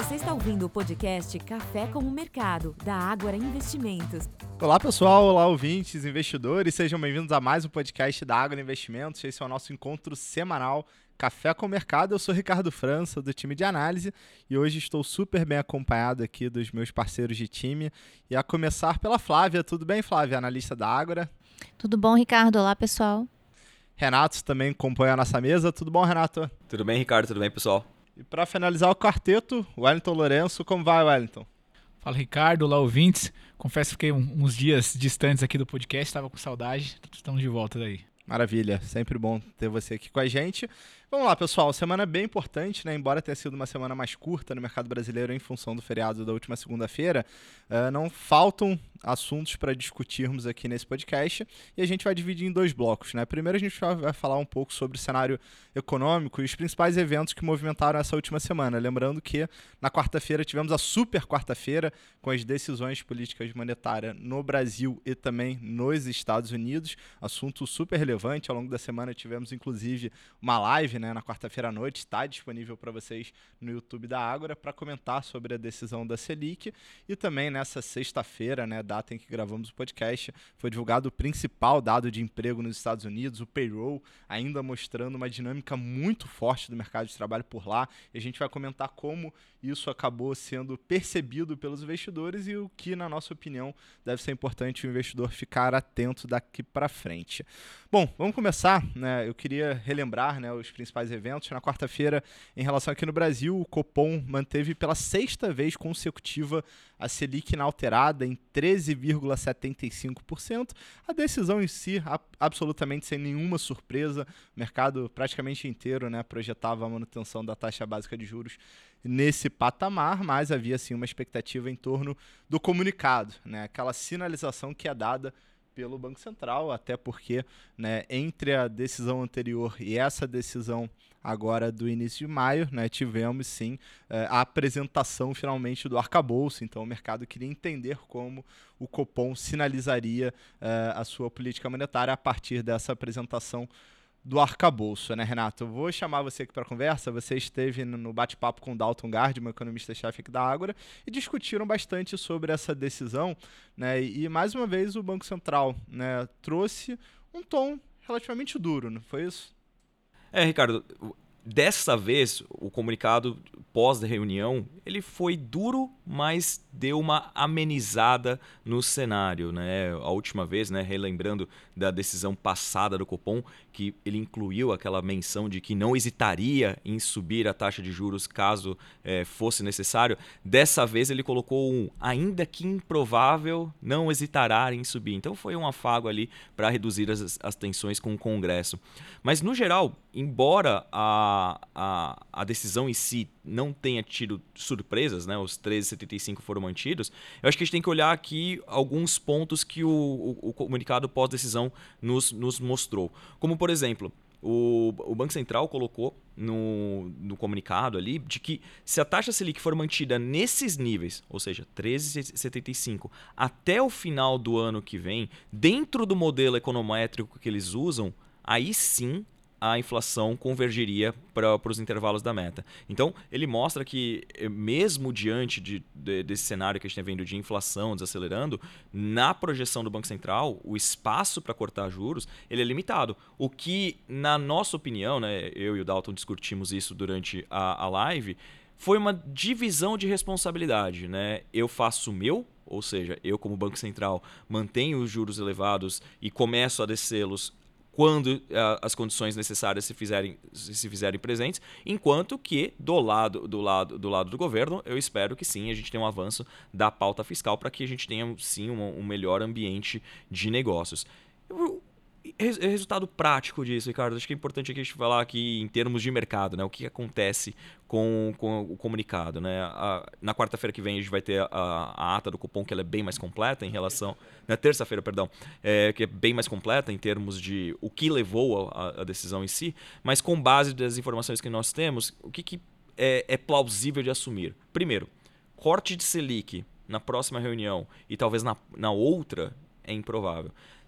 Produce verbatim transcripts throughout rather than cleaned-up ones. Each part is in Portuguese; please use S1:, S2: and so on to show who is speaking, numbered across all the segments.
S1: Você está ouvindo o podcast Café com o Mercado, da Ágora Investimentos.
S2: Olá pessoal, olá ouvintes, investidores, sejam bem-vindos a mais um podcast da Ágora Investimentos. Esse é o nosso encontro semanal Café com o Mercado. Eu sou Ricardo França, do time de análise, e hoje estou super bem acompanhado aqui dos meus parceiros de time, e a começar pela Flávia. Tudo bem, Flávia, analista da Ágora?
S3: Tudo bom, Ricardo? Olá, pessoal.
S2: Renato também compõe a nossa mesa. Tudo bom, Renato?
S4: Tudo bem, Ricardo? Tudo bem, pessoal?
S2: E para finalizar o quarteto, Wellington Lourenço. Como vai, Wellington?
S5: Fala, Ricardo. Olá, ouvintes. Confesso que fiquei uns dias distantes aqui do podcast, estava com saudade. Estamos de volta daí.
S2: Maravilha, sempre bom ter você aqui com a gente. Vamos lá, pessoal, semana bem importante, né? Embora tenha sido uma semana mais curta no mercado brasileiro em função do feriado da última segunda-feira, uh, não faltam assuntos para discutirmos aqui nesse podcast, e a gente vai dividir em dois blocos, né? Primeiro a gente vai falar um pouco sobre o cenário econômico e os principais eventos que movimentaram essa última semana. Lembrando que na quarta-feira tivemos a super quarta-feira com as decisões políticas monetárias no Brasil e também nos Estados Unidos, assunto super relevante. Ao longo da semana tivemos inclusive uma live, né, na quarta-feira à noite, está disponível para vocês no YouTube da Ágora para comentar sobre a decisão da Selic. E também nessa sexta-feira, né, data em que gravamos o podcast, foi divulgado o principal dado de emprego nos Estados Unidos, o payroll, ainda mostrando uma dinâmica muito forte do mercado de trabalho por lá. E a gente vai comentar como isso acabou sendo percebido pelos investidores e o que, na nossa opinião, deve ser importante o investidor ficar atento daqui para frente. Bom, vamos começar, né? Eu queria relembrar, né, os principais eventos. Na quarta-feira, em relação aqui no Brasil, o Copom manteve pela sexta vez consecutiva a Selic inalterada em treze vírgula setenta e cinco por cento. A decisão em si, absolutamente sem nenhuma surpresa, o mercado praticamente inteiro, né, projetava a manutenção da taxa básica de juros nesse patamar, mas havia sim uma expectativa em torno do comunicado, né, aquela sinalização que é dada pelo Banco Central, até porque, né, entre a decisão anterior e essa decisão agora do início de maio, né, tivemos sim a apresentação finalmente do arcabouço. Então o mercado queria entender como o Copom sinalizaria uh, a sua política monetária a partir dessa apresentação do arcabouço, né, Renato? Eu vou chamar você aqui para conversa. Você esteve no bate-papo com o Dalton Gard, meu economista-chefe aqui da Ágora, e discutiram bastante sobre essa decisão, né? E, mais uma vez, o Banco Central, né, trouxe um tom relativamente duro, não foi isso?
S4: É, Ricardo, dessa vez o comunicado pós-reunião ele foi duro, mas deu uma amenizada no cenário, né? A última vez, né, relembrando da decisão passada do Copom, que ele incluiu aquela menção de que não hesitaria em subir a taxa de juros caso é, fosse necessário. Dessa vez ele colocou um ainda que improvável, não hesitará em subir. Então foi um afago ali para reduzir as, as tensões com o Congresso. Mas no geral, embora a, a, a decisão em si não tenha tido surpresas, né, os treze vírgula setenta e cinco foram mantidos, eu acho que a gente tem que olhar aqui alguns pontos que o, o, o comunicado pós-decisão nos, nos mostrou. Como, por exemplo, o, o Banco Central colocou no, no comunicado ali de que se a taxa Selic for mantida nesses níveis, ou seja, treze vírgula setenta e cinco, até o final do ano que vem, dentro do modelo econométrico que eles usam, aí sim a inflação convergiria para os intervalos da meta. Então, ele mostra que, mesmo diante de, de, desse cenário que a gente está vendo de inflação desacelerando, na projeção do Banco Central, o espaço para cortar juros ele é limitado. O que, na nossa opinião, né, eu e o Dalton discutimos isso durante a, a live, foi uma divisão de responsabilidade, né? Eu faço o meu, ou seja, eu como Banco Central mantenho os juros elevados e começo a descê-los quando uh, as condições necessárias se fizerem, se fizerem presentes, enquanto que do lado, do, lado, do lado do governo, eu espero que sim, a gente tenha um avanço da pauta fiscal para que a gente tenha sim um, um melhor ambiente de negócios. Eu, resultado prático disso, Ricardo, acho que é importante aqui a gente falar aqui em termos de mercado, né? O que acontece com, com o comunicado, né? A, na quarta-feira que vem a gente vai ter a, a ata do Copom, que ela é bem mais completa em relação... Na terça-feira, perdão, é, que é bem mais completa em termos de o que levou a, a decisão em si, mas com base das informações que nós temos, o que, que é, é plausível de assumir? Primeiro, corte de Selic na próxima reunião e talvez na, na outra é improvável.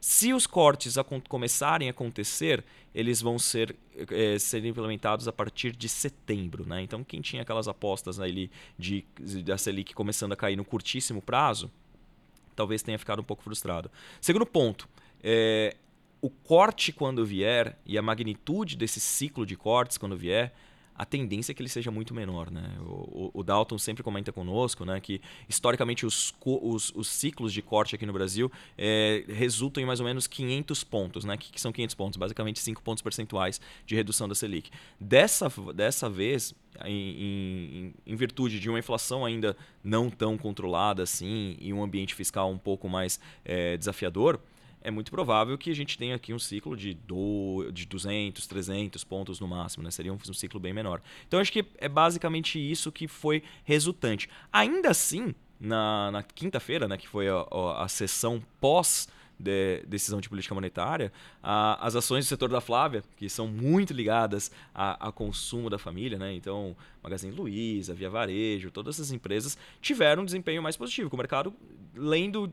S4: Se os cortes a, começarem a acontecer, eles vão ser, é, ser implementados a partir de setembro. Né? Então, quem tinha aquelas apostas ali de, da Selic começando a cair no curtíssimo prazo, talvez tenha ficado um pouco frustrado. Segundo ponto, é, o corte quando vier e a magnitude desse ciclo de cortes quando vier, a tendência é que ele seja muito menor. Né? O, o Dalton sempre comenta conosco, né, que historicamente os, os, os ciclos de corte aqui no Brasil é, resultam em mais ou menos quinhentos pontos. Né? O que, que são quinhentos pontos? Basicamente cinco pontos percentuais de redução da Selic. Dessa, dessa vez, em, em, em virtude de uma inflação ainda não tão controlada assim e um ambiente fiscal um pouco mais é, desafiador, é muito provável que a gente tenha aqui um ciclo de, do, de duzentos, trezentos pontos no máximo, né? Seria um, um ciclo bem menor. Então, acho que é basicamente isso que foi resultante. Ainda assim, na, na quinta-feira, né, que foi a, a, a sessão pós de decisão de política monetária, a, as ações do setor da Flávia, que são muito ligadas a, a consumo da família, né? Então, Magazine Luiza, Via Varejo, todas essas empresas tiveram um desempenho mais positivo, com o mercado lendo,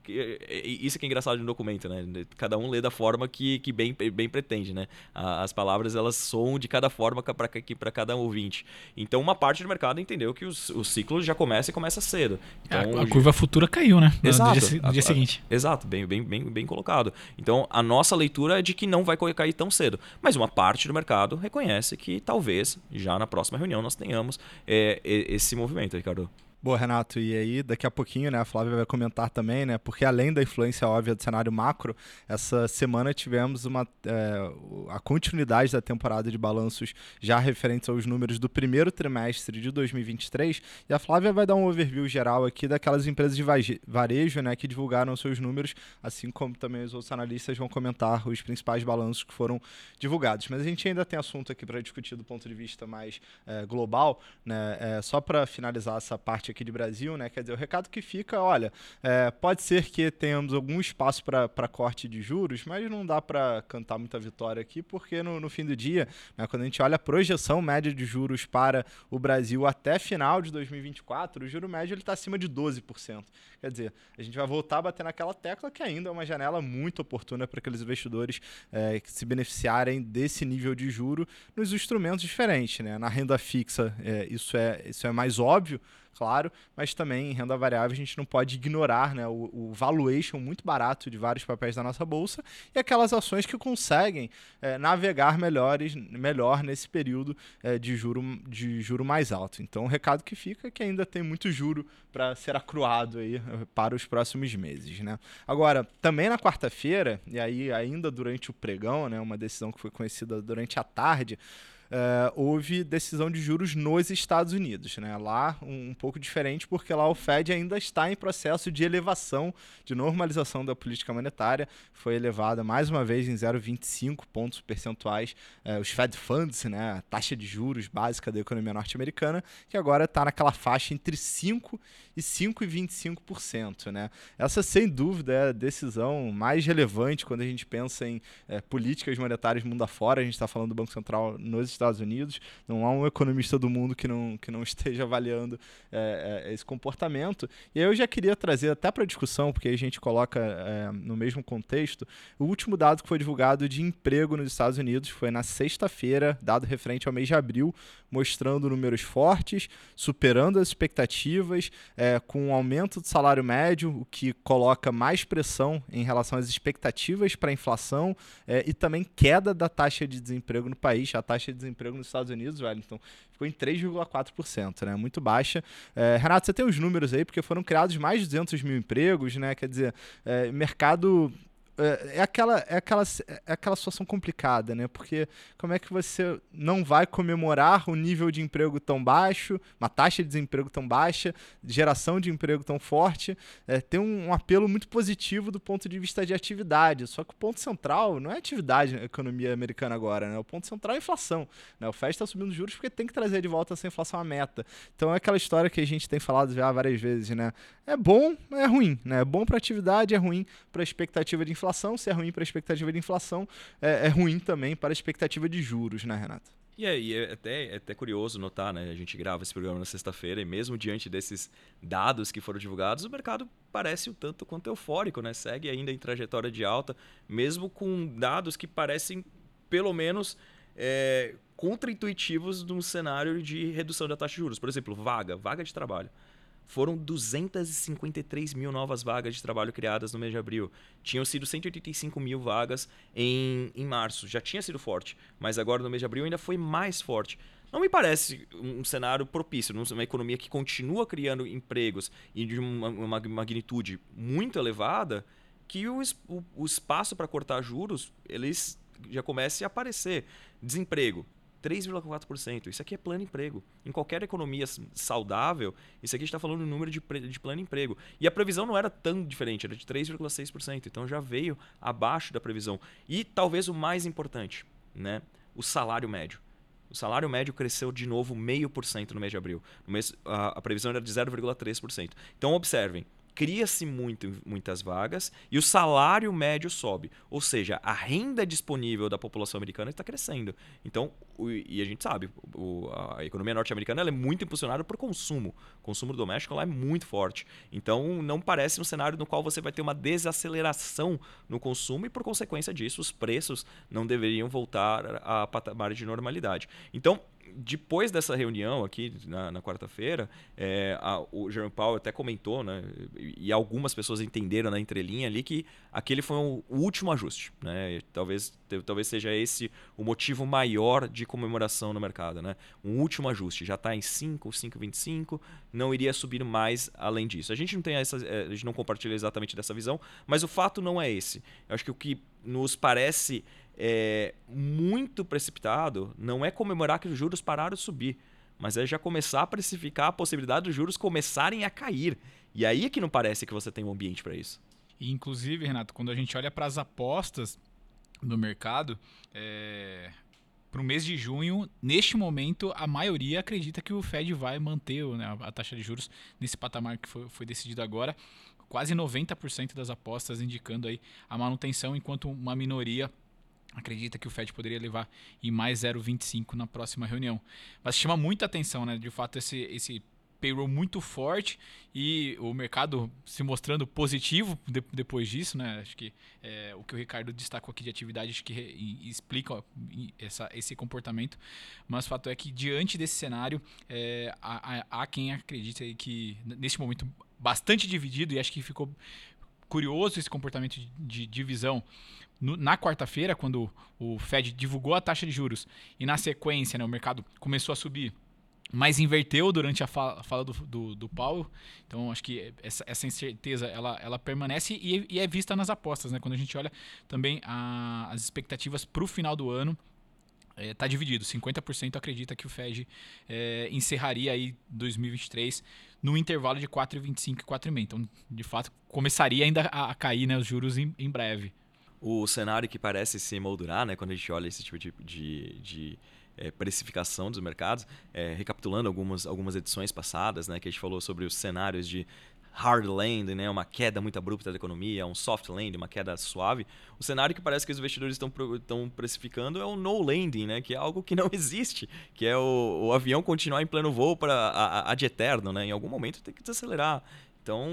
S4: isso que é engraçado no documento, né? Cada um lê da forma que, que bem, bem pretende, né? As palavras, elas soam de cada forma para cada ouvinte. Então, uma parte do mercado entendeu que os, o ciclo já começa e começa cedo. Então,
S5: a, a curva futura caiu, né?
S4: Exato.
S5: No dia, no dia
S4: a,
S5: seguinte.
S4: A, exato, bem, bem, bem, bem colocado. Então, a nossa leitura é de que não vai cair tão cedo. Mas uma parte do mercado reconhece que talvez, já na próxima reunião, nós tenhamos é, esse movimento, Ricardo.
S2: Boa, Renato, e aí daqui a pouquinho, né, a Flávia vai comentar também, né, porque além da influência óbvia do cenário macro, essa semana tivemos uma, é, a continuidade da temporada de balanços já referentes aos números do primeiro trimestre de dois mil e vinte e três, e a Flávia vai dar um overview geral aqui daquelas empresas de varejo, né, que divulgaram seus números, assim como também os outros analistas vão comentar os principais balanços que foram divulgados. Mas a gente ainda tem assunto aqui para discutir do ponto de vista mais é, global, né, é, só para finalizar essa parte aqui de Brasil, né? Quer dizer, o recado que fica, olha, é, pode ser que tenhamos algum espaço para corte de juros, mas não dá para cantar muita vitória aqui, porque no, no fim do dia, né, quando a gente olha a projeção média de juros para o Brasil até final de dois mil e vinte e quatro, o juro médio está acima de doze por cento. Quer dizer, a gente vai voltar a bater naquela tecla que ainda é uma janela muito oportuna para aqueles investidores é, que se beneficiarem desse nível de juro nos instrumentos diferentes, né? Na renda fixa, é, isso, é, isso é mais óbvio, claro, mas também em renda variável a gente não pode ignorar, né, o, o valuation muito barato de vários papéis da nossa bolsa e aquelas ações que conseguem é, navegar melhores, melhor nesse período é, de, juro, de juro mais alto. Então o recado que fica é que ainda tem muito juro para ser acruado aí para os próximos meses. Né? Agora, também na quarta-feira, e aí ainda durante o pregão, né, uma decisão que foi conhecida durante a tarde, Uh, houve decisão de juros nos Estados Unidos. Né? Lá, um, um pouco diferente, porque lá o Fed ainda está em processo de elevação, de normalização da política monetária. Foi elevada mais uma vez em zero vírgula vinte e cinco pontos percentuais uh, os Fed Funds, né? A taxa de juros básica da economia norte-americana, que agora está naquela faixa entre cinco por cento e cinco vírgula vinte e cinco por cento. Né? Essa, sem dúvida, é a decisão mais relevante quando a gente pensa em uh, políticas monetárias mundo afora. A gente está falando do Banco Central nos Estados Unidos, não há um economista do mundo que não, que não esteja avaliando é, é, esse comportamento. E aí eu já queria trazer até para discussão, porque a gente coloca é, no mesmo contexto, o último dado que foi divulgado de emprego nos Estados Unidos foi na sexta-feira, dado referente ao mês de abril, mostrando números fortes, superando as expectativas, é, com um aumento do salário médio, o que coloca mais pressão em relação às expectativas para a inflação é, e também queda da taxa de desemprego no país. A taxa de desemprego nos Estados Unidos, Wellington, ficou em três vírgula quatro por cento, né? Muito baixa. É, Renato, você tem os números aí, porque foram criados mais de duzentos mil empregos, né? Quer dizer, é, mercado... É aquela, é, aquela, é aquela situação complicada, né? Porque como é que você não vai comemorar um nível de emprego tão baixo, uma taxa de desemprego tão baixa, geração de emprego tão forte, é, tem um, um apelo muito positivo do ponto de vista de atividade. Só que o ponto central não é atividade na economia americana agora, né? O ponto central é a inflação. Né? O Fed está subindo juros porque tem que trazer de volta essa inflação à meta. Então é aquela história que a gente tem falado já várias vezes, né? É bom, é ruim, né? É bom para a atividade, é ruim para a expectativa de inflação. Se é ruim para a expectativa de inflação, é, é ruim também para a expectativa de juros, né, Renato?
S4: E é, e é até, é até curioso notar, né? A gente grava esse programa na sexta-feira e mesmo diante desses dados que foram divulgados, o mercado parece um tanto quanto eufórico, né? Segue ainda em trajetória de alta, mesmo com dados que parecem, pelo menos, é, contra-intuitivos num cenário de redução da taxa de juros. Por exemplo, vaga, vaga de trabalho. Foram duzentas e cinquenta e três mil novas vagas de trabalho criadas no mês de abril. Tinham sido cento e oitenta e cinco mil vagas em, em março. Já tinha sido forte, mas agora no mês de abril ainda foi mais forte. Não me parece um cenário propício, uma economia que continua criando empregos e de uma, uma magnitude muito elevada, que o, o, o espaço para cortar juros eles já comece a aparecer. Desemprego. três vírgula quatro por cento. Isso aqui é plano emprego. Em qualquer economia saudável, isso aqui a gente está falando do número de, de plano emprego. E a previsão não era tão diferente, era de três vírgula seis por cento. Então já veio abaixo da previsão. E talvez o mais importante, né? O salário médio. O salário médio cresceu de novo zero vírgula cinco por cento no mês de abril. No mês, a, a previsão era de zero vírgula três por cento. Então observem. Cria-se muito, muitas vagas e o salário médio sobe. Ou seja, a renda disponível da população americana está crescendo. Então, o, e a gente sabe, o, a economia norte-americana ela é muito impulsionada por consumo. O consumo doméstico lá é muito forte. Então, não parece um cenário no qual você vai ter uma desaceleração no consumo e, por consequência disso, os preços não deveriam voltar a patamares de normalidade. Então, depois dessa reunião aqui na, na quarta-feira, é, a, o Jerome Powell até comentou, né, e, e algumas pessoas entenderam na entrelinha ali que aquele foi um, o último ajuste. Né, talvez, talvez seja esse o motivo maior de comemoração no mercado. Né, um último ajuste, já está em cinco, cinco vírgula vinte e cinco, não iria subir mais além disso. A gente não tem essa, a gente não compartilha exatamente dessa visão, mas o fato não é esse. Eu acho que o que nos parece É, muito precipitado não é comemorar que os juros pararam de subir, mas é já começar a precificar a possibilidade dos juros começarem a cair. E aí é que não parece que você tem um ambiente para isso.
S5: E, inclusive, Renato, quando a gente olha para as apostas do mercado, é, para o mês de junho, neste momento, a maioria acredita que o Fed vai manter, né, a taxa de juros nesse patamar que foi, foi decidido agora. Quase noventa por cento das apostas indicando aí a manutenção, enquanto uma minoria acredita que o Fed poderia levar em mais zero vírgula vinte e cinco na próxima reunião. Mas chama muita atenção, né? De fato, esse, esse payroll muito forte e o mercado se mostrando positivo de, depois disso, né? Acho que é, o que o Ricardo destacou aqui de atividade acho que re, explica ó, essa, esse comportamento. Mas o fato é que, diante desse cenário, é, há, há quem acredita aí que, nesse momento, bastante dividido, e acho que ficou curioso esse comportamento de, de divisão no, na quarta-feira, quando o Fed divulgou a taxa de juros e, na sequência, né, o mercado começou a subir, mas inverteu durante a fala, a fala do, do, do Powell. Então, acho que essa, essa incerteza ela, ela permanece e, e é vista nas apostas. Né? Quando a gente olha também a, as expectativas para o final do ano, está é, dividido. cinquenta por cento acredita que o Fed é, encerraria aí dois mil e vinte e três no intervalo de quatro vírgula vinte e cinco e quatro vírgula cinco. Então, de fato, começaria ainda a, a cair, né, os juros em, em breve.
S4: O cenário que parece se moldurar, né, quando a gente olha esse tipo de, de, de é, precificação dos mercados, é, recapitulando algumas, algumas edições passadas, né, que a gente falou sobre os cenários de hard landing, né, uma queda muito abrupta da economia, um soft landing, uma queda suave. O cenário que parece que os investidores estão, estão precificando é o no landing, né, que é algo que não existe, que é o, o avião continuar em pleno voo para ad eterno, né, em algum momento tem que desacelerar. Então,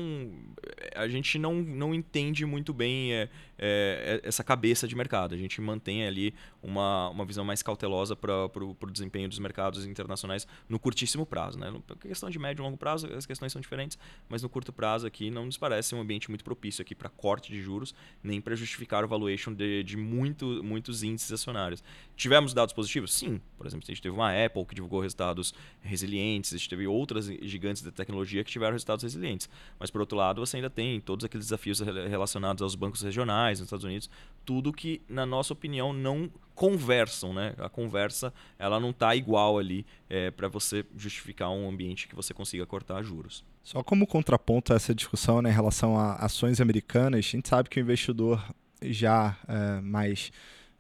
S4: a gente não, não entende muito bem é, é, essa cabeça de mercado. A gente mantém ali uma, uma visão mais cautelosa para o desempenho dos mercados internacionais no curtíssimo prazo. Né? A questão de médio e longo prazo, as questões são diferentes, mas no curto prazo aqui não nos parece um ambiente muito propício aqui para corte de juros, nem para justificar o valuation de, de muito, muitos índices acionários. Tivemos dados positivos? Sim. Por exemplo, a gente teve uma Apple que divulgou resultados resilientes, a gente teve outras gigantes da tecnologia que tiveram resultados resilientes. Mas, por outro lado, você ainda tem todos aqueles desafios relacionados aos bancos regionais nos Estados Unidos, tudo que, na nossa opinião, não conversam. Né? A conversa ela não está igual ali é, para você justificar um ambiente que você consiga cortar juros.
S2: Só como contraponto a essa discussão, né, em relação a ações americanas, a gente sabe que o investidor já é, mais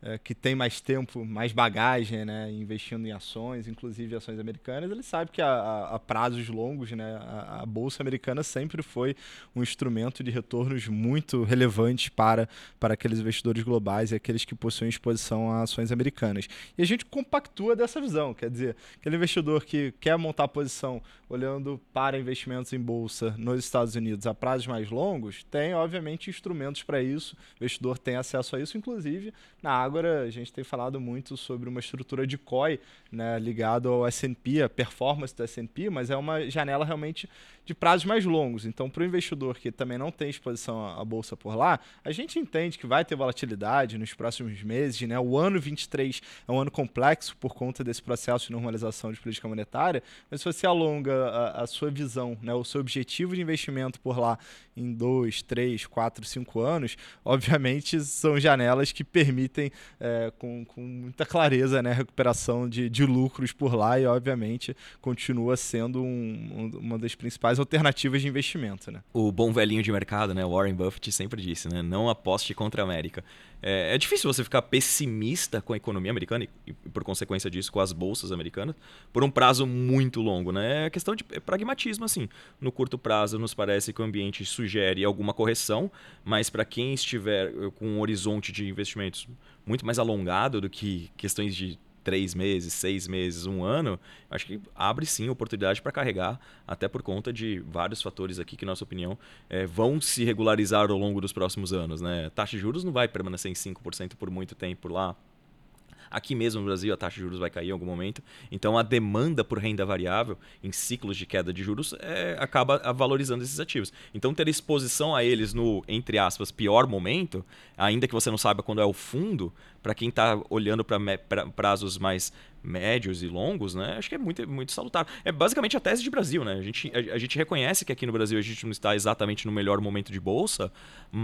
S2: é, que tem mais tempo, mais bagagem, né, investindo em ações, inclusive ações americanas, ele sabe que a, a, a prazos longos, né, a, a Bolsa Americana sempre foi um instrumento de retornos muito relevantes para, para aqueles investidores globais e aqueles que possuem exposição a ações americanas. E a gente compactua dessa visão, quer dizer, aquele investidor que quer montar posição olhando para investimentos em Bolsa nos Estados Unidos a prazos mais longos, tem, obviamente, instrumentos para isso, o investidor tem acesso a isso, inclusive na Ágora a gente tem falado muito sobre uma estrutura de C O I, né, ligado ao S and P, a performance do S and P, mas é uma janela realmente de prazos mais longos. Então, para o investidor que também não tem exposição à bolsa por lá, a gente entende que vai ter volatilidade nos próximos meses, né? O ano vinte e três é um ano complexo por conta desse processo de normalização de política monetária, mas se você alonga a, a sua visão, né, o seu objetivo de investimento por lá em dois, três, quatro, cinco anos, obviamente são janelas que permitem é, com, com muita clareza, né, a recuperação de, de lucros por lá e, obviamente, continua sendo um, um, uma das principais alternativas de investimento, né?
S4: O bom velhinho de mercado, né, Warren Buffett sempre disse, né, não aposte contra a América. É, é difícil você ficar pessimista com a economia americana e, e, por consequência disso, com as bolsas americanas, por um prazo muito longo, né? É questão de pragmatismo, assim. No curto prazo, nos parece que o ambiente sugere alguma correção, mas para quem estiver com um horizonte de investimentos muito mais alongado do que questões de três meses, seis meses, um ano, acho que abre sim oportunidade para carregar, até por conta de vários fatores aqui que, na nossa opinião, é, vão se regularizar ao longo dos próximos anos, né? A taxa de juros não vai permanecer em cinco por cento por muito tempo por lá. Aqui mesmo no Brasil a taxa de juros vai cair em algum momento, então a demanda por renda variável em ciclos de queda de juros é, acaba valorizando esses ativos. Então ter exposição a eles no, entre aspas, pior momento, ainda que você não saiba quando é o fundo, para quem está olhando para prazos mais médios e longos, né, acho que é muito, muito salutar. É basicamente a tese de Brasil, né? A gente, a, a gente reconhece que aqui no Brasil a gente não está exatamente no melhor momento de bolsa,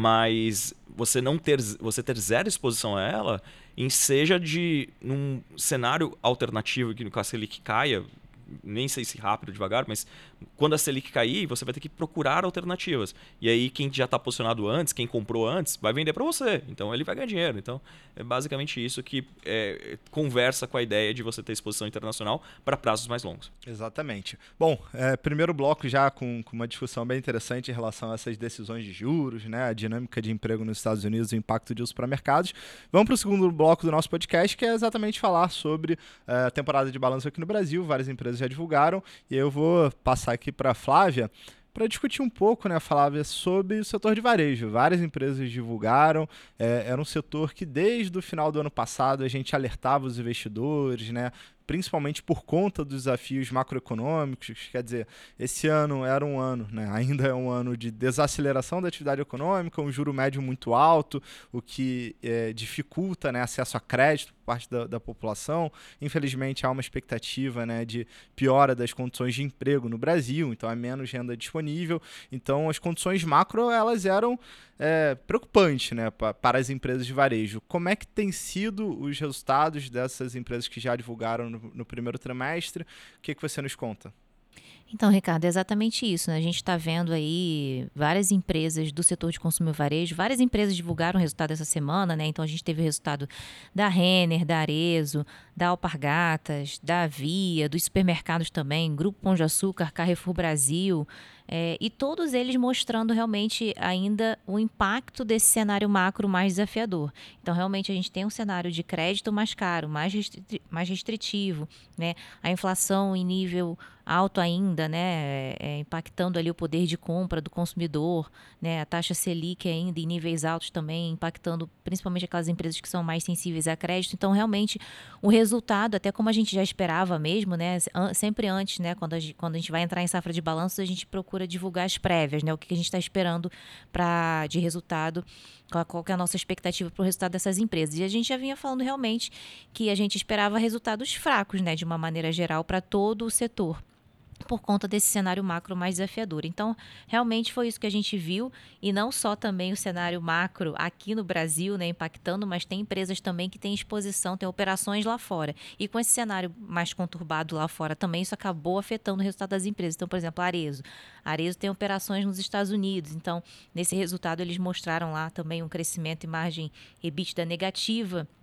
S4: mas você não ter, você ter zero exposição a ela, em seja de num cenário alternativo que no caso a Selic caia, nem sei se rápido ou devagar, mas quando a Selic cair, você vai ter que procurar alternativas. E aí quem já está posicionado antes, quem comprou antes, vai vender para você. Então ele vai ganhar dinheiro. Então é basicamente isso que é, conversa com a ideia de você ter exposição internacional para prazos mais longos.
S2: Exatamente. Bom, é, primeiro bloco já com, com uma discussão bem interessante em relação a essas decisões de juros, né, a dinâmica de emprego nos Estados Unidos e o impacto disso para mercados. Vamos para o segundo bloco do nosso podcast, que é exatamente falar sobre é, a temporada de balanço aqui no Brasil. Várias empresas já divulgaram e eu vou passar aqui para a Flávia para discutir um pouco, né, Flávia, sobre o setor de varejo. Várias empresas divulgaram, é, era um setor que desde o final do ano passado a gente alertava os investidores, né, principalmente por conta dos desafios macroeconômicos. Quer dizer, esse ano era um ano, né, ainda é um ano de desaceleração da atividade econômica, um juro médio muito alto, o que é, dificulta, né, acesso a crédito por parte da, da população. Infelizmente, há uma expectativa, né, de piora das condições de emprego no Brasil, então há menos renda disponível. Então, as condições macro, elas eram é, preocupantes, né, pa, para as empresas de varejo. Como é que tem sido os resultados dessas empresas que já divulgaram no, no primeiro trimestre? O que, que você nos conta?
S3: Então, Ricardo, é exatamente isso, né? A gente está vendo aí várias empresas do setor de consumo e varejo, várias empresas divulgaram o resultado essa semana, né? Então, a gente teve o resultado da Renner, da Arezzo, da Alpargatas, da Via, dos supermercados também, Grupo Pão de Açúcar, Carrefour Brasil, é, e todos eles mostrando realmente ainda o impacto desse cenário macro mais desafiador. Então, realmente, a gente tem um cenário de crédito mais caro, mais, restri- mais restritivo, né? A inflação em nível alto ainda, né, é, impactando ali o poder de compra do consumidor, né, a taxa Selic ainda em níveis altos também, impactando principalmente aquelas empresas que são mais sensíveis a crédito. Então, realmente, o resultado, até como a gente já esperava mesmo, né, sempre antes, né, quando a gente, quando a gente vai entrar em safra de balanços, a gente procura divulgar as prévias, né, o que a gente está esperando pra, de resultado, qual, qual que é a nossa expectativa para o resultado dessas empresas. E a gente já vinha falando realmente que a gente esperava resultados fracos, né, de uma maneira geral, para todo o setor, por conta desse cenário macro mais desafiador. Então, realmente foi isso que a gente viu, e não só também o cenário macro aqui no Brasil, né, impactando, mas tem empresas também que têm exposição, têm operações lá fora. E com esse cenário mais conturbado lá fora também, isso acabou afetando o resultado das empresas. Então, por exemplo, a Arezzo. A Arezzo tem operações nos Estados Unidos, então, nesse resultado, eles mostraram lá também um crescimento em margem EBITDA negativa,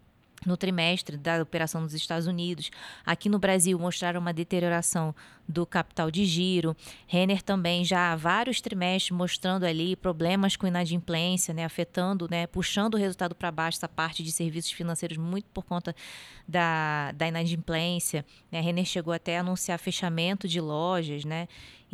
S3: no trimestre da operação nos Estados Unidos. Aqui no Brasil mostraram uma deterioração do capital de giro. Renner também já há vários trimestres mostrando ali problemas com inadimplência, né, afetando, né, puxando o resultado para baixo, essa parte de serviços financeiros muito por conta da, da inadimplência. Né. A Renner chegou até a anunciar fechamento de lojas, né,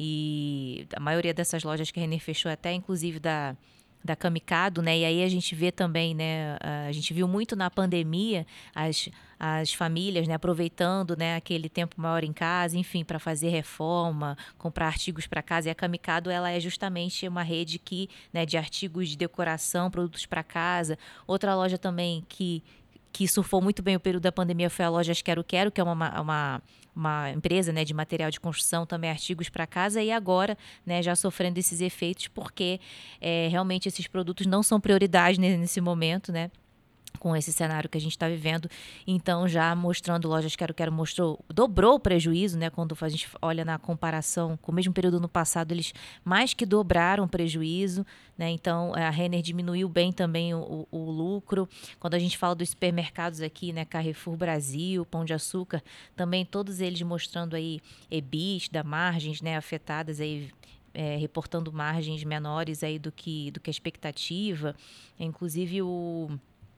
S3: e a maioria dessas lojas que a Renner fechou até inclusive da da Camicado, né? E aí a gente vê também, né? A gente viu muito na pandemia as, as famílias, né, aproveitando, né, aquele tempo maior em casa, enfim, para fazer reforma, comprar artigos para casa. E a Camicado, ela é justamente uma rede que, né, de artigos de decoração, produtos para casa. Outra loja também que que surfou muito bem o período da pandemia foi a loja Quero Quero, que é uma, uma, uma empresa, né, de material de construção, também artigos para casa, e agora, né, já sofrendo esses efeitos, porque é, realmente esses produtos não são prioridade nesse momento, né? Com esse cenário que a gente está vivendo. Então, já mostrando, lojas Quero Quero mostrou, dobrou o prejuízo, né? Quando a gente olha na comparação com o mesmo período no passado, eles mais que dobraram o prejuízo, né? Então, a Renner diminuiu bem também o, o, o lucro. Quando a gente fala dos supermercados aqui, né? Carrefour Brasil, Pão de Açúcar, também todos eles mostrando aí EBITDA, margens, né, afetadas aí, É, reportando margens menores aí do que, do que a expectativa. Inclusive o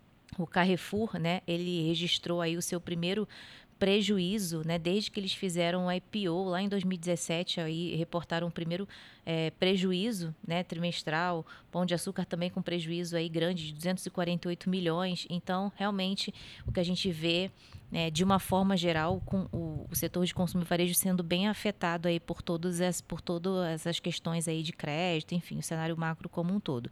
S3: O Carrefour, né, ele registrou aí o seu primeiro prejuízo, né, desde que eles fizeram o I P O lá em dois mil e dezessete, aí reportaram o primeiro é, prejuízo, né, trimestral. Pão de Açúcar também com prejuízo aí grande de duzentos e quarenta e oito milhões. Então, realmente, o que a gente vê, né, de uma forma geral, com o, o setor de consumo e varejo sendo bem afetado aí por todas as, por todas essas questões aí de crédito, enfim, o cenário macro como um todo.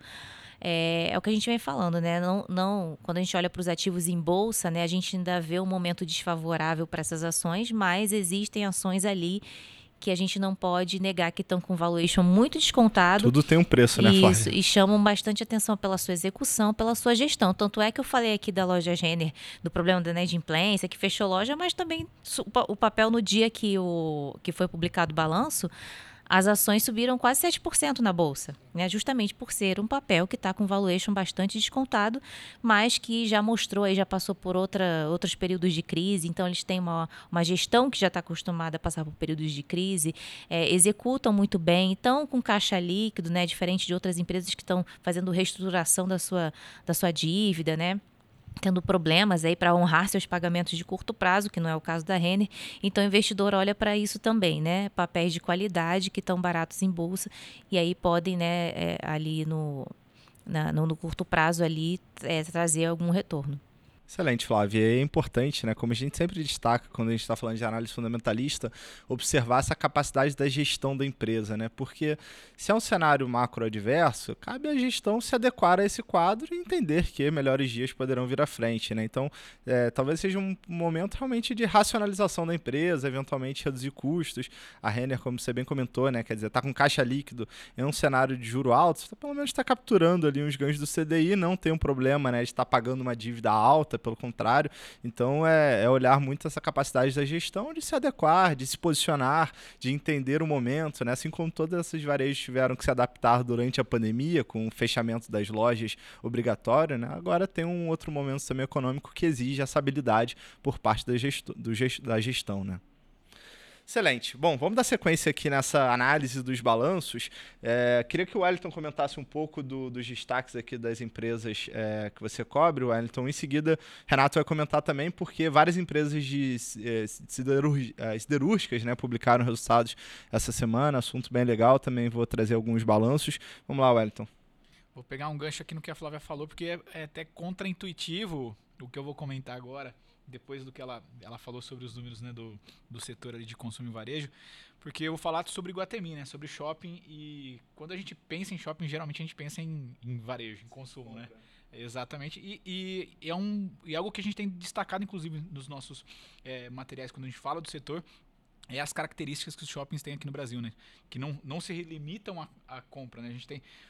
S3: É, é o que a gente vem falando, né? Não, não, quando a gente olha para os ativos em bolsa, né, a gente ainda vê um momento desfavorável para essas ações, mas existem ações ali que a gente não pode negar que estão com valuation muito descontado.
S2: Tudo tem um preço, né, Flávia?
S3: Isso, e chamam bastante atenção pela sua execução, pela sua gestão. Tanto é que eu falei aqui da loja Renner, do problema da inadimplência, que fechou loja, mas também o papel no dia que, o, que foi publicado o balanço, as ações subiram quase sete por cento na bolsa, né? Justamente por ser um papel que está com valuation bastante descontado, mas que já mostrou, aí já passou por outra, outros períodos de crise, então eles têm uma, uma gestão que já está acostumada a passar por períodos de crise, é, executam muito bem, estão com caixa líquido, né? Diferente de outras empresas que estão fazendo reestruturação da sua, da sua dívida, né? Tendo problemas aí para honrar seus pagamentos de curto prazo, que não é o caso da Renner. Então, o investidor olha para isso também, né? Papéis de qualidade que estão baratos em bolsa e aí podem, né, é, ali no, na, no, no curto prazo ali é, trazer algum retorno.
S2: Excelente, Flávia. É importante, né, como a gente sempre destaca quando a gente está falando de análise fundamentalista, observar essa capacidade da gestão da empresa, né? Porque se é um cenário macro adverso, cabe à gestão se adequar a esse quadro e entender que melhores dias poderão vir à frente, né? Então, é, talvez seja um momento realmente de racionalização da empresa, eventualmente reduzir custos. A Renner, como você bem comentou, né, quer dizer, está com caixa líquido em um cenário de juro alto, você pelo menos está capturando ali uns ganhos do C D I, não tem um problema, né, de estar pagando uma dívida alta, pelo contrário. Então é, é olhar muito essa capacidade da gestão de se adequar, de se posicionar, de entender o momento, né? Assim como todos esses varejos tiveram que se adaptar durante a pandemia, com o fechamento das lojas obrigatório, né? Agora tem um outro momento também econômico que exige essa habilidade por parte da, gesto, do gest, da gestão, né? Excelente. Bom, vamos dar sequência aqui nessa análise dos balanços. É, queria que o Wellington comentasse um pouco do, dos destaques aqui das empresas é, que você cobre, Wellington. Em seguida, Renato vai comentar também, porque várias empresas de é, siderúrgicas, né, publicaram resultados essa semana. Assunto bem legal. Também vou trazer alguns balanços. Vamos lá, Wellington.
S5: Vou pegar um gancho aqui no que a Flávia falou, porque é, é até contraintuitivo o que eu vou comentar agora, depois do que ela, ela falou sobre os números, né, do, do setor ali de consumo e varejo, porque eu vou falar sobre Iguatemi, né, sobre shopping, e quando a gente pensa em shopping, geralmente a gente pensa em, em varejo, em consumo, né? Exatamente, e, e, e é um, e algo que a gente tem destacado, inclusive, nos nossos é, materiais, quando a gente fala do setor, é as características que os shoppings têm aqui no Brasil, né? Que não, não se limitam à, à compra, né? A gente tem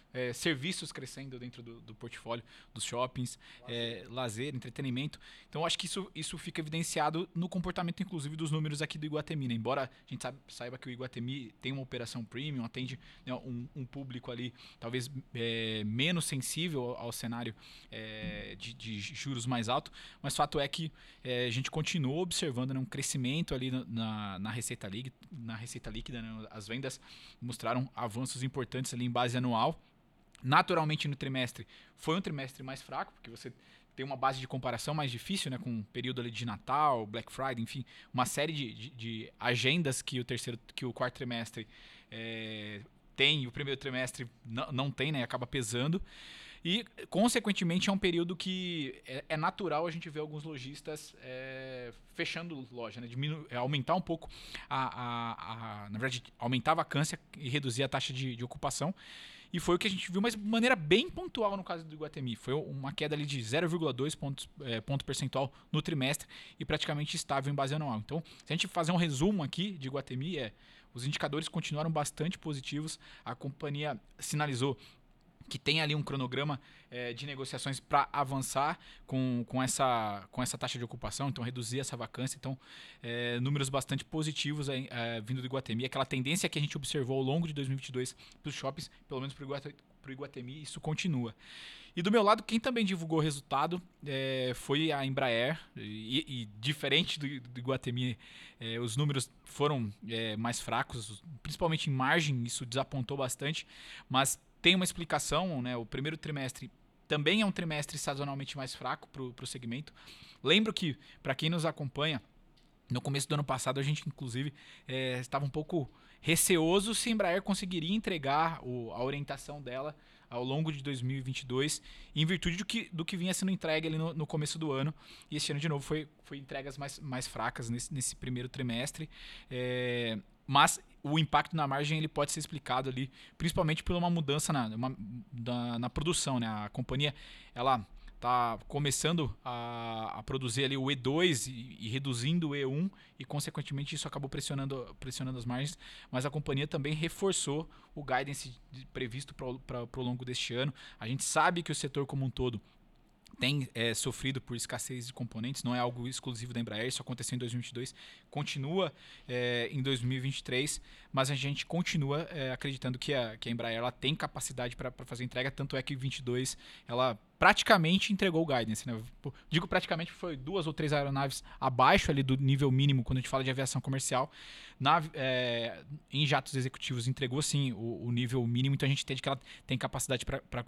S5: é, serviços crescendo dentro do, do portfólio dos shoppings, lazer. É, lazer, entretenimento. Então, acho que isso, isso fica evidenciado no comportamento, inclusive, dos números aqui do Iguatemi, né? Embora a gente sabe, saiba que o Iguatemi tem uma operação premium, atende, né, um, um público ali talvez é, menos sensível ao cenário é, de, de juros mais alto, mas fato é que é, a gente continua observando, né, um crescimento ali na, na, na receita líquida, na receita líquida, né? As vendas mostraram avanços importantes ali em base anual. Naturalmente, no trimestre, foi um trimestre mais fraco, porque você tem uma base de comparação mais difícil, né, com o período ali de Natal, Black Friday, enfim, uma série de, de, de agendas que o terceiro, que o quarto trimestre é, tem, e o primeiro trimestre não, não tem, né, acaba pesando. E, consequentemente, é um período que é, é natural a gente ver alguns lojistas é, fechando loja, né? Diminu- é, aumentar um pouco, a, a, a, na verdade, aumentar a vacância e reduzir a taxa de, de ocupação. E foi o que a gente viu, mas de maneira bem pontual no caso do Iguatemi. Foi uma queda ali de zero vírgula dois pontos, é, ponto percentual no trimestre e praticamente estável em base anual. Então, se a gente fazer um resumo aqui de Iguatemi, é, os indicadores continuaram bastante positivos. A companhia sinalizou que tem ali um cronograma é, de negociações para avançar com, com, essa, com essa taxa de ocupação, então reduzir essa vacância. Então, é, números bastante positivos é, é, vindo do Iguatemi. Aquela tendência que a gente observou ao longo de dois mil e vinte e dois para os shoppings, pelo menos para o Iguatemi, isso continua. E do meu lado, quem também divulgou o resultado é, foi a Embraer. E, e diferente do, do Iguatemi, é, os números foram é, mais fracos, principalmente em margem, isso desapontou bastante, mas tem uma explicação, né? O primeiro trimestre também é um trimestre sazonalmente mais fraco para o segmento. Lembro que, para quem nos acompanha, no começo do ano passado a gente, inclusive, é, estava um pouco receoso se a Embraer conseguiria entregar o, a orientação dela ao longo de dois mil e vinte e dois, em virtude do que, do que vinha sendo entregue ali no, no começo do ano. E esse ano, de novo, foi, foi entregas mais, mais fracas nesse, nesse primeiro trimestre. É, mas o impacto na margem ele pode ser explicado ali, principalmente por uma mudança na, uma, na, na produção, né? A companhia ela está começando a, a produzir ali o E dois e, e reduzindo o E um, e consequentemente isso acabou pressionando, pressionando as margens, mas a companhia também reforçou o guidance previsto para o longo deste ano. A gente sabe que o setor como um todo tem é, sofrido por escassez de componentes, não é algo exclusivo da Embraer, isso aconteceu em dois mil e vinte e dois, continua é, em dois mil e vinte e três, mas a gente continua é, acreditando que a, que a Embraer ela tem capacidade para fazer entrega, tanto é que em vinte e dois ela praticamente entregou o guidance, né? Digo praticamente porque foi duas ou três aeronaves abaixo ali do nível mínimo quando a gente fala de aviação comercial. Na, é, em jatos executivos entregou sim o, o nível mínimo, então a gente entende que ela tem capacidade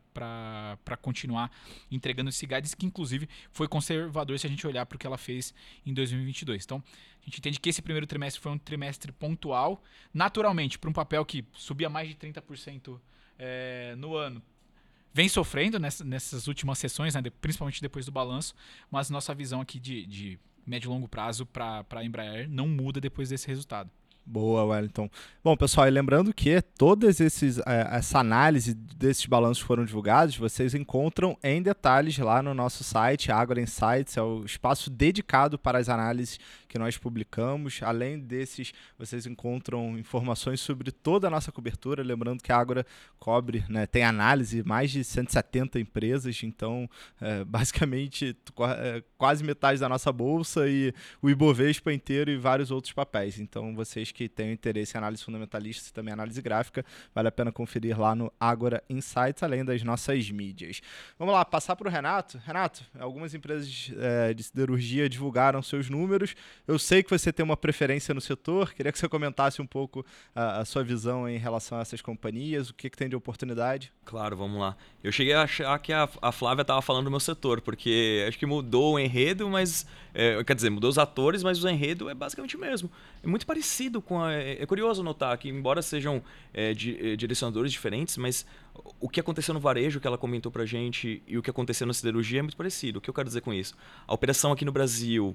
S5: para continuar entregando esse guidance, que inclusive foi conservador se a gente olhar para o que ela fez em dois mil e vinte e dois. Então a gente entende que esse primeiro trimestre foi um trimestre pontual, naturalmente, para um papel que subia mais de trinta por cento é, no ano. Vem sofrendo nessa, nessas últimas sessões, né, principalmente depois do balanço, mas nossa visão aqui de, de médio e longo prazo para a Embraer não muda depois desse resultado.
S2: Boa, Wellington. Bom, pessoal, e lembrando que todas esses, essa análise desses balanços foram divulgados, vocês encontram em detalhes lá no nosso site, Ágora Insights, é o espaço dedicado para as análises que nós publicamos. Além desses, vocês encontram informações sobre toda a nossa cobertura, lembrando que a Ágora cobre, né, tem análise mais de cento e setenta empresas, então, é, basicamente, é, quase metade da nossa bolsa e o Ibovespa inteiro e vários outros papéis. Então, vocês que tenham interesse em análise fundamentalista e também análise gráfica, vale a pena conferir lá no Ágora Insights, além das nossas mídias. Vamos lá, passar para o Renato. Renato, algumas empresas é, de siderurgia divulgaram seus números. Eu sei que você tem uma preferência no setor, queria que você comentasse um pouco a, a sua visão em relação a essas companhias, o que, que tem de oportunidade.
S4: Claro, vamos lá. Eu cheguei a achar que a, a Flávia estava falando do meu setor, porque acho que mudou o enredo, mas... É, quer dizer, mudou os atores, mas o enredo é basicamente o mesmo. É muito parecido com a... É curioso notar que, embora sejam é, di, é, direcionadores diferentes, mas o que aconteceu no varejo, que ela comentou pra gente, e o que aconteceu na siderurgia é muito parecido. O que eu quero dizer com isso? A operação aqui no Brasil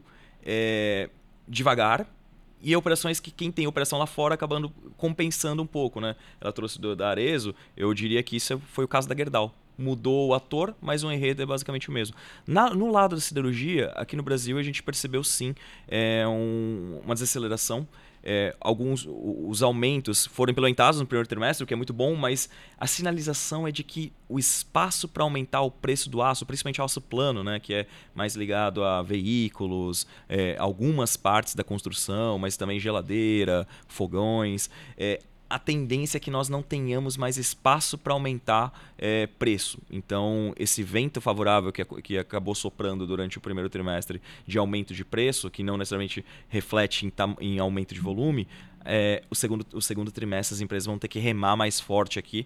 S4: é devagar, e operações que quem tem operação lá fora acabando compensando um pouco, né? Ela trouxe do, da Arezzo, eu diria que isso foi o caso da Gerdau. Mudou o ator, mas o enredo é basicamente o mesmo. Na, no lado da siderurgia, aqui no Brasil, a gente percebeu sim é, um, uma desaceleração. é, alguns os aumentos foram implementados no primeiro trimestre, o que é muito bom, mas a sinalização é de que o espaço para aumentar o preço do aço, principalmente aço plano, né, que é mais ligado a veículos, é, algumas partes da construção, mas também geladeira, fogões, é, a tendência é que nós não tenhamos mais espaço para aumentar é, preço. Então, esse vento favorável que, que acabou soprando durante o primeiro trimestre de aumento de preço, que não necessariamente reflete em, em aumento de volume, é, o, segundo, o segundo trimestre as empresas vão ter que remar mais forte aqui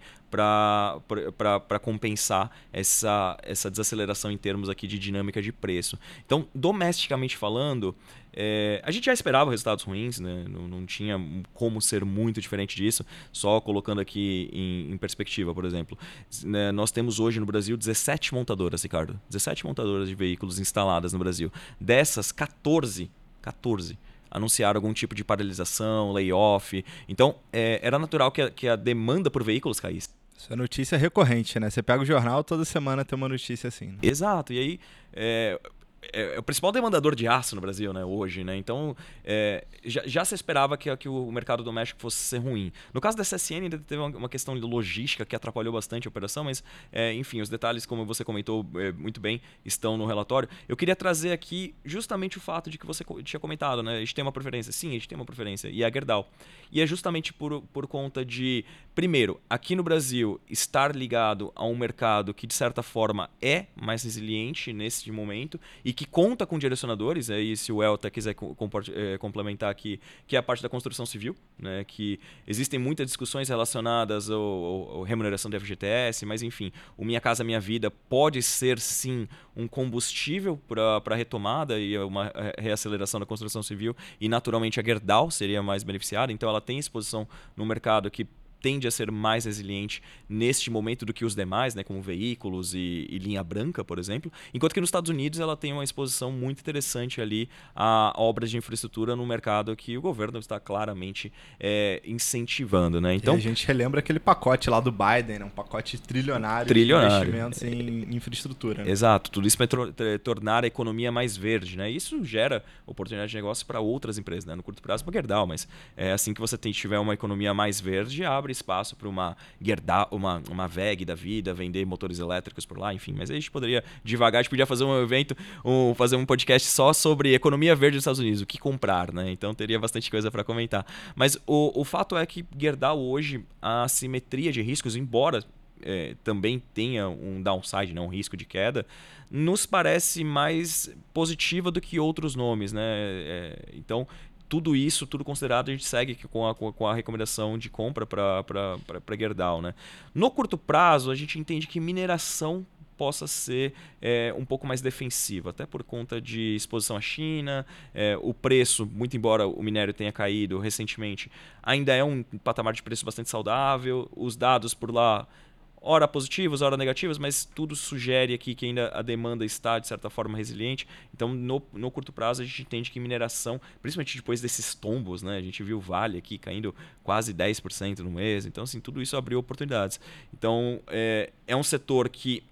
S4: para compensar essa, essa desaceleração em termos aqui de dinâmica de preço. Então, domesticamente falando, é, a gente já esperava resultados ruins, né? não, não tinha como ser muito diferente disso, só colocando aqui em, em perspectiva, por exemplo. Né, nós temos hoje no Brasil dezessete montadoras, Ricardo, dezessete montadoras de veículos instaladas no Brasil. Dessas, quatorze, quatorze anunciaram algum tipo de paralisação, layoff. Então, é, era natural que a, que a demanda por veículos caísse.
S2: Isso é notícia recorrente, né? Você pega o jornal, toda semana tem uma notícia assim. Né?
S4: Exato. E aí, é, é, é o principal demandador de aço no Brasil, né, hoje. Né? Então, é, já, já se esperava que, que o mercado doméstico fosse ser ruim. No caso da C S N, ainda teve uma, uma questão de logística que atrapalhou bastante a operação, mas, é, enfim, os detalhes, como você comentou é, muito bem, estão no relatório. Eu queria trazer aqui justamente o fato de que você tinha comentado, né? A gente tem uma preferência. Sim, a gente tem uma preferência, e é a Gerdau. E é justamente por, por conta de, primeiro, aqui no Brasil, estar ligado a um mercado que, de certa forma, é mais resiliente nesse momento e que conta com direcionadores, aí se o Elta quiser complementar aqui, que é a parte da construção civil, né, que existem muitas discussões relacionadas à remuneração do F G T S, mas enfim, o Minha Casa Minha Vida pode ser sim um combustível para a retomada e uma reaceleração da construção civil, e naturalmente a Gerdau seria mais beneficiada, então ela tem exposição no mercado que tende a ser mais resiliente neste momento do que os demais, né, como veículos e, e linha branca, por exemplo. Enquanto que nos Estados Unidos ela tem uma exposição muito interessante ali a obras de infraestrutura no mercado que o governo está claramente é, incentivando. Né? Então,
S2: e a gente relembra aquele pacote lá do Biden, né, um pacote trilionário,
S4: trilionário.
S2: de investimentos em infraestrutura. Né?
S4: Exato, tudo isso para tornar a economia mais verde. Né? Isso gera oportunidade de negócio para outras empresas, né? No curto prazo para a Gerdau, mas é assim que você tem, tiver uma economia mais verde, abre espaço para uma Gerdau, uma, uma V E G da vida, vender motores elétricos por lá, enfim. Mas aí a gente poderia devagar, a gente podia fazer um evento, um, fazer um podcast só sobre economia verde dos Estados Unidos, o que comprar, né? Então teria bastante coisa para comentar. Mas o, o fato é que Gerdau hoje, a assimetria de riscos, embora é, também tenha um downside, né, um risco de queda, nos parece mais positiva do que outros nomes, né? É, então tudo isso, tudo considerado, a gente segue com a, com a recomendação de compra para Gerdau. Né? No curto prazo, a gente entende que mineração possa ser é, um pouco mais defensiva, até por conta de exposição à China, é, o preço, muito embora o minério tenha caído recentemente, ainda é um patamar de preço bastante saudável, os dados por lá, ora positivos, ora negativos, mas tudo sugere aqui que ainda a demanda está, de certa forma, resiliente. Então, no, no curto prazo, a gente entende que mineração, principalmente depois desses tombos, né? A gente viu o Vale aqui caindo quase dez por cento no mês. Então, assim, tudo isso abriu oportunidades. Então, é, é um setor que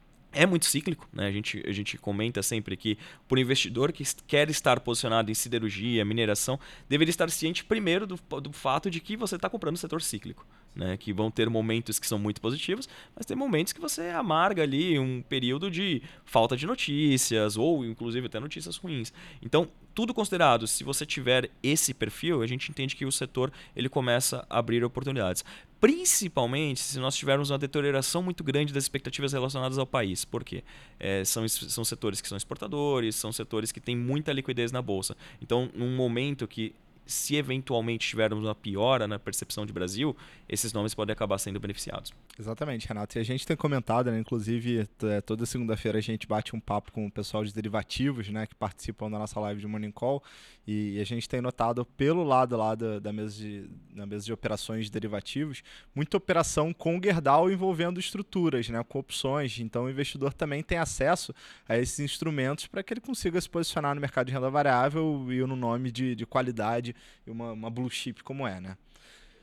S4: é muito cíclico, né? A gente, a gente comenta sempre que, por investidor que quer estar posicionado em siderurgia, mineração, deveria estar ciente primeiro do, do fato de que você está comprando um setor cíclico. Né, que vão ter momentos que são muito positivos, mas tem momentos que você amarga ali um período de falta de notícias ou inclusive até notícias ruins. Então, tudo considerado, se você tiver esse perfil, a gente entende que o setor ele começa a abrir oportunidades. Principalmente se nós tivermos uma deterioração muito grande das expectativas relacionadas ao país. Por quê? É, são, são setores que são exportadores, são setores que têm muita liquidez na bolsa. Então, num momento que se eventualmente tivermos uma piora na percepção de Brasil, esses nomes podem acabar sendo beneficiados.
S2: Exatamente, Renato. E a gente tem comentado, né, inclusive, toda segunda-feira a gente bate um papo com o pessoal de derivativos, né, que participam da nossa live de Morning Call, e a gente tem notado pelo lado lá da, da, mesa, de, da mesa de operações de derivativos, muita operação com Gerdau envolvendo estruturas, né, com opções. Então o investidor também tem acesso a esses instrumentos para que ele consiga se posicionar no mercado de renda variável e no nome de, de qualidade e uma, uma blue chip como é, né?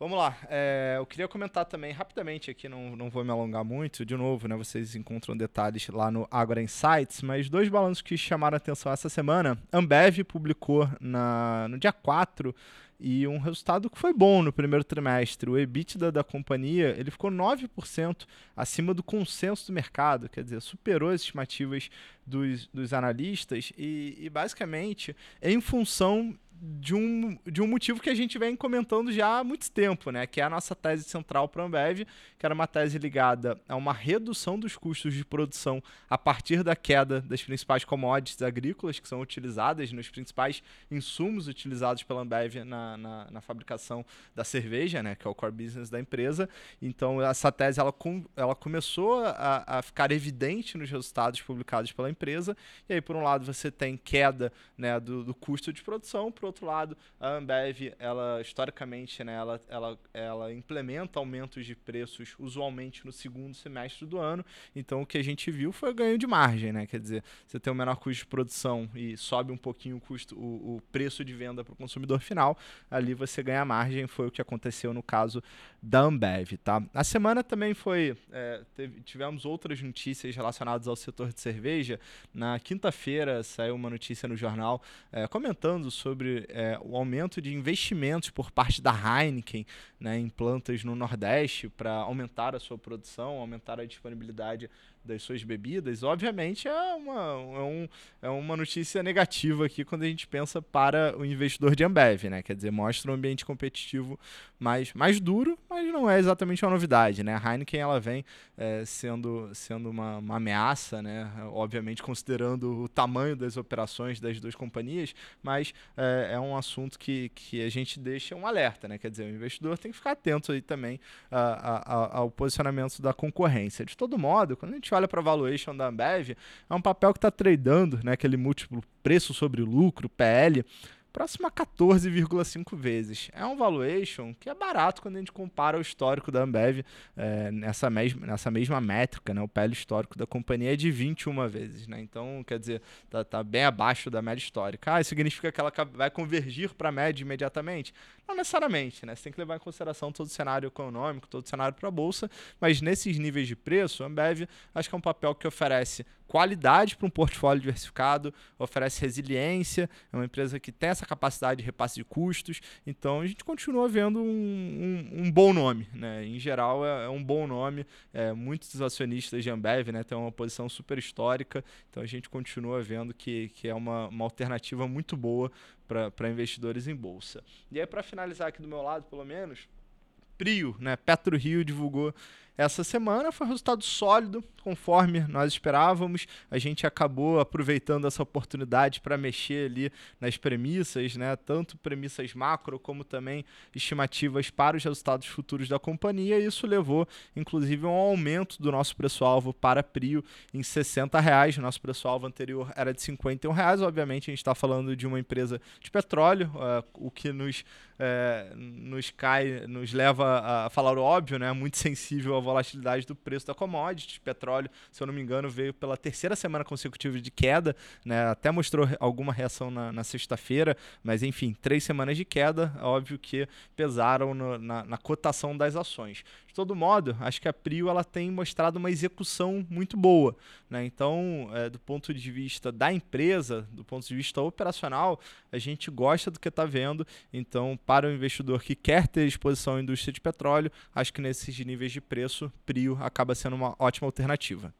S2: Vamos lá, é, eu queria comentar também rapidamente aqui, não, não vou me alongar muito, de novo, né, vocês encontram detalhes lá no Agora Insights, mas dois balanços que chamaram a atenção essa semana. Ambev publicou na, no dia quatro e um resultado que foi bom no primeiro trimestre. O EBITDA da companhia ele ficou nove por cento acima do consenso do mercado, quer dizer, superou as estimativas dos, dos analistas e, e basicamente em função de um, de um motivo que a gente vem comentando já há muito tempo, né? Que é a nossa tese central para a Ambev, que era uma tese ligada a uma redução dos custos de produção a partir da queda das principais commodities agrícolas que são utilizadas nos principais insumos utilizados pela Ambev na, na, na fabricação da cerveja, né? Que é o core business da empresa. Então, essa tese ela, com, ela começou a, a ficar evidente nos resultados publicados pela empresa. E aí, por um lado, você tem queda, né, do, do custo de produção, por outro lado, a Ambev, ela historicamente, né, ela, ela, ela implementa aumentos de preços usualmente no segundo semestre do ano. Então, o que a gente viu foi ganho de margem, né? Quer dizer, você tem um menor custo de produção e sobe um pouquinho o custo, o, o preço de venda para o consumidor final, ali você ganha margem. Foi o que aconteceu no caso da Ambev, tá? A semana também foi, é, teve, tivemos outras notícias relacionadas ao setor de cerveja. Na quinta-feira saiu uma notícia no jornal é, comentando sobre É, o aumento de investimentos por parte da Heineken, né, em plantas no Nordeste para aumentar a sua produção, aumentar a disponibilidade das suas bebidas. Obviamente é uma, é, um, é uma notícia negativa aqui quando a gente pensa para o investidor de Ambev, né? Quer dizer, mostra um ambiente competitivo mais, mais duro, mas não é exatamente uma novidade, né? A Heineken ela vem é, sendo, sendo uma, uma ameaça, né? Obviamente considerando o tamanho das operações das duas companhias, mas é, é um assunto que, que a gente deixa um alerta, né? Quer dizer, o investidor tem que ficar atento aí também a, a, a, ao posicionamento da concorrência. De todo modo, quando a gente olha para a valuation da Ambev, é um papel que está tradando, né, aquele múltiplo preço sobre lucro, P L, próximo a quatorze vírgula cinco vezes. É um valuation que é barato quando a gente compara o histórico da Ambev é, nessa, mesma, nessa mesma métrica, né? O P L histórico da companhia é de vinte e uma vezes, né? Então, quer dizer, tá, tá bem abaixo da média histórica. Ah, isso significa que ela vai convergir para a média imediatamente? Não necessariamente, né? Você tem que levar em consideração todo o cenário econômico, todo o cenário para a Bolsa, mas nesses níveis de preço, a Ambev acho que é um papel que oferece qualidade para um portfólio diversificado, oferece resiliência, é uma empresa que tem essa capacidade de repasse de custos, então a gente continua vendo um, um, um bom nome, né? Em geral é, é um bom nome, é, muitos acionistas de Ambev, né, têm uma posição super histórica, então a gente continua vendo que, que é uma, uma alternativa muito boa para investidores em bolsa. E aí, para finalizar aqui do meu lado, pelo menos, Prio, né? PetroRio divulgou essa semana, foi um resultado sólido, conforme nós esperávamos. A gente acabou aproveitando essa oportunidade para mexer ali nas premissas, né? Tanto premissas macro como também estimativas para os resultados futuros da companhia. E isso levou, inclusive, a um aumento do nosso preço-alvo para Prio em sessenta reais. Nosso preço-alvo anterior era de cinquenta e um reais. Obviamente, a gente está falando de uma empresa de petróleo, uh, o que nos, uh, nos cai, nos leva a falar o óbvio, né? Muito sensível à volatilidade do preço da commodity. Petróleo, se eu não me engano, veio pela terceira semana consecutiva de queda, né? Até mostrou alguma reação na, na sexta-feira, mas enfim, três semanas de queda, óbvio que pesaram no, na, na cotação das ações. De todo modo, acho que a Prio ela tem mostrado uma execução muito boa, né? Então, é, do ponto de vista da empresa, do ponto de vista operacional, a gente gosta do que está vendo. Então, para o investidor que quer ter exposição à indústria de petróleo, acho que nesses níveis de preço, Prio acaba sendo uma ótima alternativa.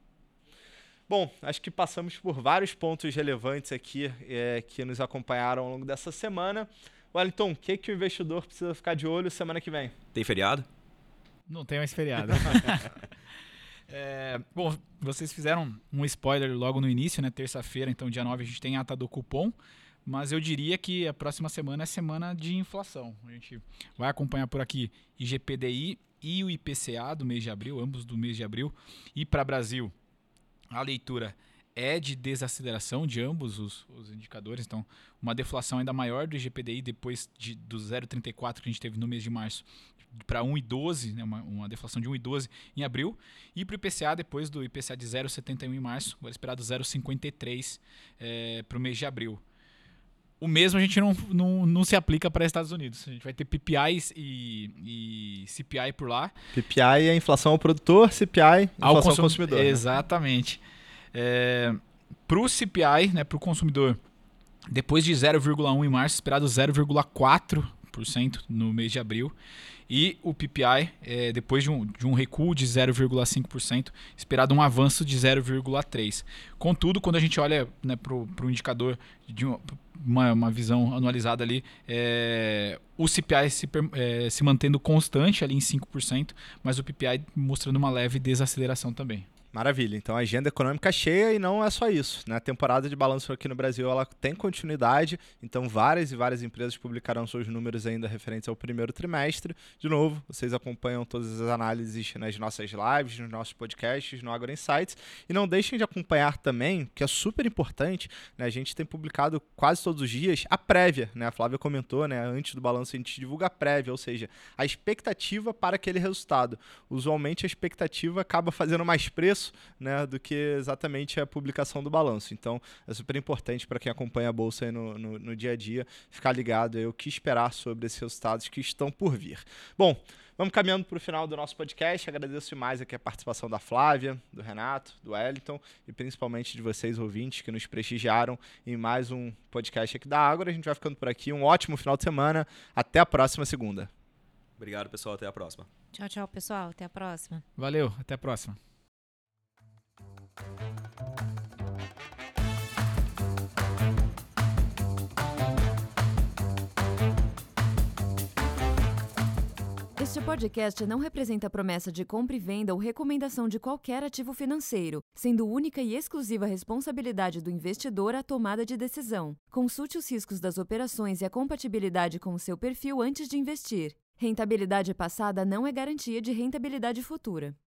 S2: Bom, acho que passamos por vários pontos relevantes aqui é, que nos acompanharam ao longo dessa semana. Wellington, o que, que o investidor precisa ficar de olho semana que vem?
S4: Tem feriado?
S5: Não tem mais feriado. é, bom, vocês fizeram um spoiler logo no início, né? Terça-feira, então dia nove, a gente tem a ata do cupom. Mas eu diria que a próxima semana é semana de inflação. A gente vai acompanhar por aqui I G P D I e o I P C A do mês de abril, ambos do mês de abril. E para o Brasil, a leitura é de desaceleração de ambos os, os indicadores. Então, uma deflação ainda maior do I G P D I depois de, do zero vírgula trinta e quatro que a gente teve no mês de março para um vírgula doze, né, uma, uma deflação de um vírgula doze em abril. E para o I P C A, depois do I P C A de zero vírgula setenta e um em março, agora esperado zero vírgula cinquenta e três é, para o mês de abril. O mesmo a gente não, não, não se aplica para Estados Unidos. A gente vai ter P P Is e, e C P I por lá.
S2: P P I é inflação ao produtor, C P I, inflação ao, consum... ao consumidor.
S5: Exatamente. Né? É, para o C P I, né, para o consumidor, depois de zero vírgula um por cento em março, esperado zero vírgula quatro por cento no mês de abril. E o P P I, é, depois de um, de um recuo de zero vírgula cinco por cento, esperado um avanço de zero vírgula três por cento. Contudo, quando a gente olha, né, para o indicador de uma, uma visão anualizada ali, é, o C P I se, é, se mantendo constante ali em cinco por cento, mas o P P I mostrando uma leve desaceleração também.
S2: Maravilha, então a agenda econômica cheia e não é só isso, né? A temporada de balanço aqui no Brasil ela tem continuidade, então várias e várias empresas publicarão seus números ainda referentes ao primeiro trimestre. De novo, vocês acompanham todas as análises nas nossas lives, nos nossos podcasts, no Agro Insights, e não deixem de acompanhar também, que é super importante, né? A gente tem publicado quase todos os dias a prévia, né? A Flávia comentou, né? Antes do balanço a gente divulga a prévia, ou seja, a expectativa para aquele resultado. Usualmente a expectativa acaba fazendo mais preço, né, do que exatamente a publicação do balanço. Então, é super importante para quem acompanha a Bolsa aí no, no, no dia a dia ficar ligado aí o que esperar sobre esses resultados que estão por vir. Bom, vamos caminhando para o final do nosso podcast. Agradeço demais aqui a participação da Flávia, do Renato, do Wellington e principalmente de vocês, ouvintes, que nos prestigiaram em mais um podcast aqui da Ágora. A gente vai ficando por aqui. Um ótimo final de semana. Até a próxima segunda.
S4: Obrigado, pessoal. Até a próxima.
S3: Tchau, tchau, pessoal. Até a próxima.
S5: Valeu. Até a próxima.
S1: Este podcast não representa promessa de compra e venda ou recomendação de qualquer ativo financeiro, sendo única e exclusiva responsabilidade do investidor a tomada de decisão. Consulte os riscos das operações e a compatibilidade com o seu perfil antes de investir. Rentabilidade passada não é garantia de rentabilidade futura.